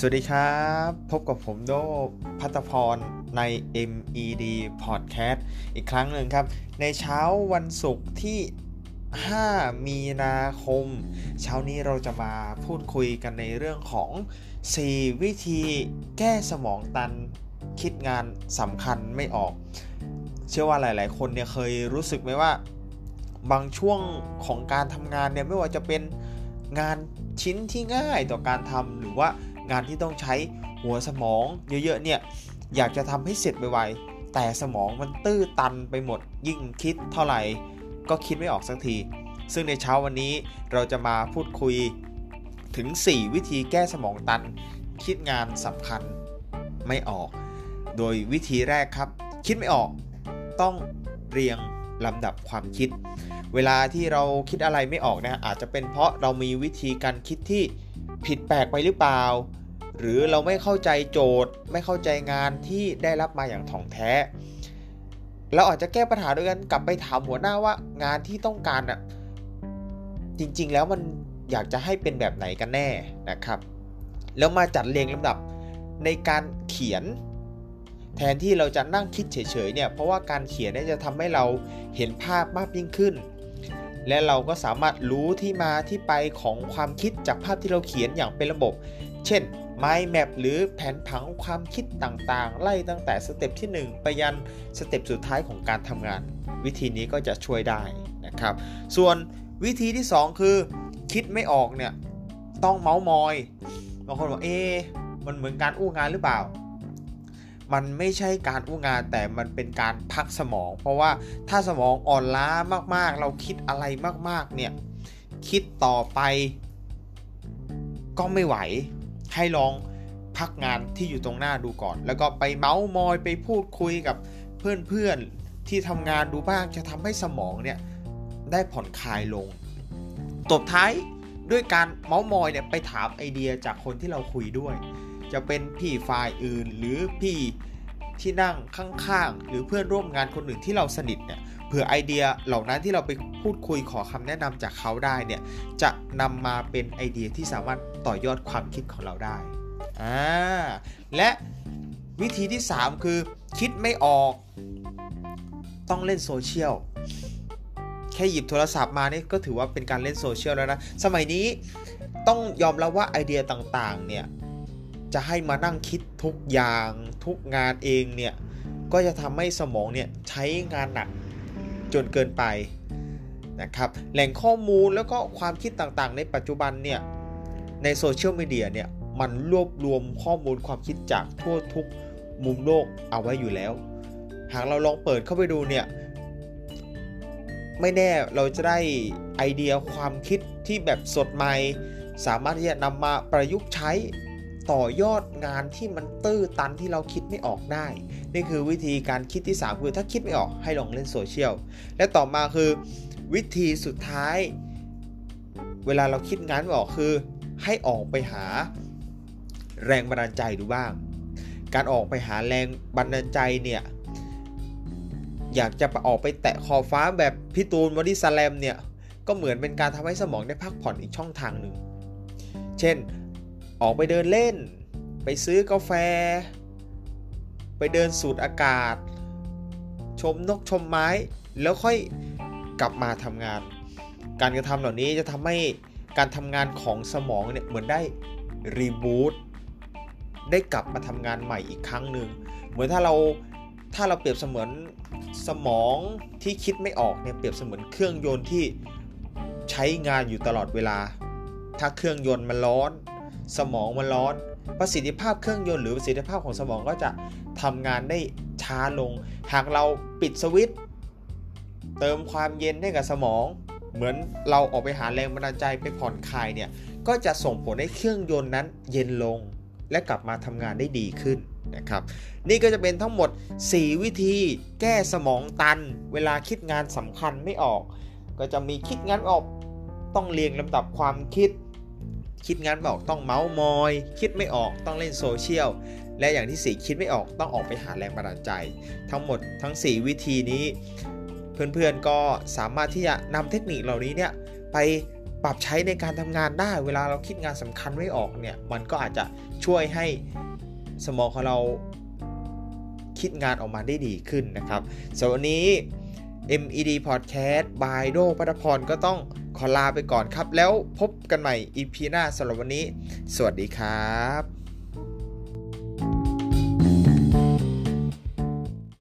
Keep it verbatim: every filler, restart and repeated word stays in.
สวัสดีครับพบกับผมโดภัตพรใน เอ็ม อี ดี Podcast อีกครั้งหนึ่งครับในเช้าวันศุกร์ที่ห้ามีนาคมเช้านี้เราจะมาพูดคุยกันในเรื่องของสี่วิธีแก้สมองตันคิดงานสำคัญไม่ออกเชื่อว่าหลายๆคนเนี่ยเคยรู้สึกไหมว่าบางช่วงของการทำงานเนี่ยไม่ว่าจะเป็นงานชิ้นที่ง่ายต่อการทำหรือว่างานที่ต้องใช้หัวสมองเยอะๆเนี่ยอยากจะทำให้เสร็จไวๆแต่สมองมันตื้อตันไปหมดยิ่งคิดเท่าไหร่ก็คิดไม่ออกสักทีซึ่งในเช้าวันนี้เราจะมาพูดคุยถึงสี่วิธีแก้สมองตันคิดงานสำคัญไม่ออกโดยวิธีแรกครับคิดไม่ออกต้องเรียงลำดับความคิดเวลาที่เราคิดอะไรไม่ออกนะอาจจะเป็นเพราะเรามีวิธีการคิดที่ผิดแปลกไปหรือเปล่าหรือเราไม่เข้าใจโจทย์ไม่เข้าใจงานที่ได้รับมาอย่างถ่องแท้เราอาจจะแก้ปัญหาโดยการกลับไปถามหัวหน้าว่างานที่ต้องการอ่ะจริงๆแล้วมันอยากจะให้เป็นแบบไหนกันแน่นะครับแล้วมาจัดเรียงลำดับในการเขียนแทนที่เราจะนั่งคิดเฉยๆเนี่ยเพราะว่าการเขียนเนี่ยจะทำให้เราเห็นภาพมากยิ่งขึ้นและเราก็สามารถรู้ที่มาที่ไปของความคิดจากภาพที่เราเขียนอย่างเป็นระบบเช่น mind map หรือแผนผังความคิดต่างๆไล่ตั้งแต่สเต็ปที่หนึ่งไปยันสเต็ปสุดท้ายของการทำงานวิธีนี้ก็จะช่วยได้นะครับส่วนวิธีที่สองคือคิดไม่ออกเนี่ยต้องเม้ามอยบางคนบอกเอ๊ะมันเหมือนการอู้งานหรือเปล่ามันไม่ใช่การอู้งานแต่มันเป็นการพักสมองเพราะว่าถ้าสมองอ่อนล้ามากๆเราคิดอะไรมากๆเนี่ยคิดต่อไปก็ไม่ไหวให้ลองพักงานที่อยู่ตรงหน้าดูก่อนแล้วก็ไปเม้ามอยไปพูดคุยกับเพื่อนๆที่ทำงานดูบ้างจะทำให้สมองเนี่ยได้ผ่อนคลายลงตบท้ายด้วยการเม้ามอยเนี่ยไปถามไอเดียจากคนที่เราคุยด้วยจะเป็นพี่ฝ่ายอื่นหรือพี่ที่นั่งข้างๆหรือเพื่อนร่วมงานคนอื่นที่เราสนิทเนี่ยเผื่อไอเดียเหล่านั้นที่เราไปพูดคุยขอคำแนะนำจากเขาได้เนี่ยจะนำมาเป็นไอเดียที่สามารถต่อยอดความคิดของเราได้อ่าและวิธีที่สามคือคิดไม่ออกต้องเล่นโซเชียลแค่หยิบโทรศัพท์มานี่ก็ถือว่าเป็นการเล่นโซเชียลแล้วนะสมัยนี้ต้องยอมรับว่าไอเดียต่างๆเนี่ยจะให้มานั่งคิดทุกอย่างทุกงานเองเนี่ยก็จะทำให้สมองเนี่ยใช้งานหนักจนเกินไปนะครับแหล่งข้อมูลแล้วก็ความคิดต่างๆในปัจจุบันเนี่ยในโซเชียลมีเดียเนี่ยมันรวบรวมข้อมูลความคิดจากทั่วทุกมุมโลกเอาไว้อยู่แล้วหากเราลองเปิดเข้าไปดูเนี่ยไม่แน่เราจะได้ไอเดียความคิดที่แบบสดใหม่สามารถที่จะนำมาประยุกต์ใช้ต่อยอดงานที่มันตื้อตันที่เราคิดไม่ออกได้นี่คือวิธีการคิดที่สามคือถ้าคิดไม่ออกให้ลองเล่นโซเชียลและต่อมาคือวิธีสุดท้ายเวลาเราคิดงานไม่ออกคือให้ออกไปหาแรงบันดาลใจดูบ้างการออกไปหาแรงบันดาลใจเนี่ยอยากจะออกไปแตะขอบฟ้าแบบพี่ตูนบอดี้สแลมเนี่ยก็เหมือนเป็นการทำให้สมองได้พักผ่อนอีกช่องทางหนึ่งเช่นออกไปเดินเล่นไปซื้อกาแฟไปเดินสูดอากาศชมนกชมไม้แล้วค่อยกลับมาทำงานการกระทำเหล่านี้จะทำให้การทำงานของสมองเนี่ยเหมือนได้รีบูตได้กลับมาทำงานใหม่อีกครั้งหนึ่งเหมือนถ้าเราถ้าเราเปรียบเสมือนสมองที่คิดไม่ออกเนี่ยเปรียบเสมือนเครื่องยนต์ที่ใช้งานอยู่ตลอดเวลาถ้าเครื่องยนต์มันร้อนสมองมันร้อนประสิทธิภาพเครื่องยนต์หรือประสิทธิภาพของสมองก็จะทำงานได้ช้าลงหากเราปิดสวิตช์เติมความเย็นให้กับสมองเหมือนเราออกไปหาแรงบันดาลใจไปผ่อนคลายเนี่ยก็จะส่งผลให้เครื่องยนต์นั้นเย็นลงและกลับมาทำงานได้ดีขึ้นนะครับนี่ก็จะเป็นทั้งหมดสี่วิธีแก้สมองตันเวลาคิดงานสำคัญไม่ออกก็จะมีคิดงานออกต้องเรียงลำดับความคิดคิดงานไม่ออกต้องเม้ามอยคิดไม่ออกต้องเล่นโซเชียลและอย่างที่สี่คิดไม่ออกต้องออกไปหาแรงบันดาลใจทั้งหมดทั้งสี่วิธีนี้เพื่อนๆก็สามารถที่จะนำเทคนิคเหล่านี้เนี่ยไปปรับใช้ในการทำงานได้เวลาเราคิดงานสำคัญไม่ออกเนี่ยมันก็อาจจะช่วยให้สมองของเราคิดงานออกมาได้ดีขึ้นนะครับสำหรับวันนี้ เอ็ม อี ดี Podcast by โดปัทพรก็ต้องขอลาไปก่อนครับแล้วพบกันใหม่ อี พี หน้าสำหรับวันนี้สวัสดีครับ